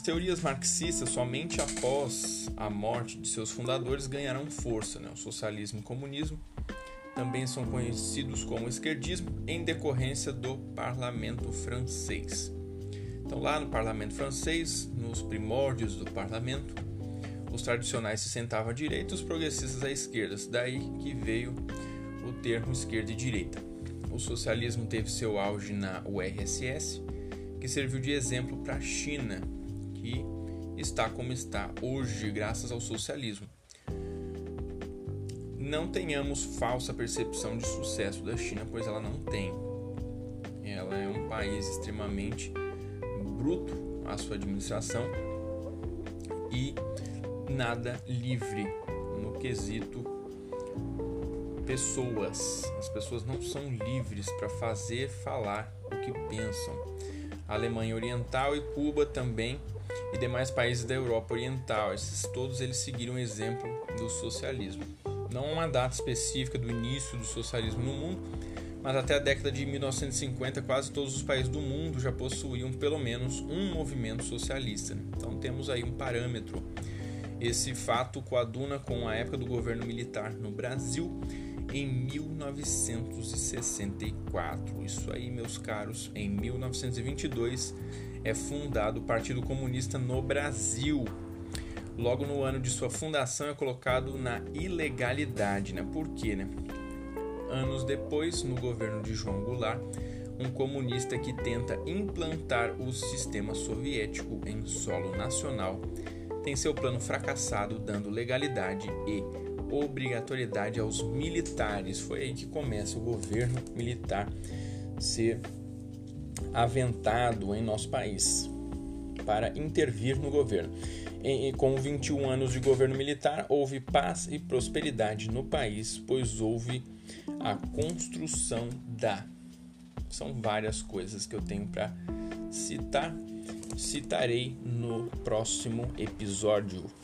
teorias marxistas, somente após a morte de seus fundadores, ganharam força. O socialismo e o comunismo também são conhecidos como esquerdismo em decorrência do parlamento francês. Então, lá no parlamento francês, nos primórdios do parlamento, os tradicionais se sentavam à direita e os progressistas à esquerda. Daí que veio o termo esquerda e direita. O socialismo teve seu auge na URSS, que serviu de exemplo para a China, que está como está hoje graças ao socialismo. Não tenhamos falsa percepção de sucesso da China, pois ela não tem. Ela é um país extremamente bruto à sua administração e nada livre no quesito pessoas. As pessoas não são livres para falar o que pensam. A Alemanha Oriental e Cuba também, e demais países da Europa Oriental, todos eles seguiram o exemplo do socialismo. Não há uma data específica do início do socialismo no mundo, mas até a década de 1950 quase todos os países do mundo já possuíam pelo menos um movimento socialista. Então temos aí um parâmetro. Esse fato coaduna com a época do governo militar no Brasil em 1964. Isso aí, meus caros, em 1922 é fundado o Partido Comunista no Brasil. Logo no ano de sua fundação é colocado na ilegalidade, Por quê, Anos depois, no governo de João Goulart, um comunista que tenta implantar o sistema soviético em solo nacional tem seu plano fracassado, dando legalidade e obrigatoriedade aos militares. Foi aí que começa o governo militar ser aventado em nosso país para intervir no governo. Com 21 anos de governo militar, houve paz e prosperidade no país, pois houve a construção da... São várias coisas que eu tenho para citar. Citarei no próximo episódio.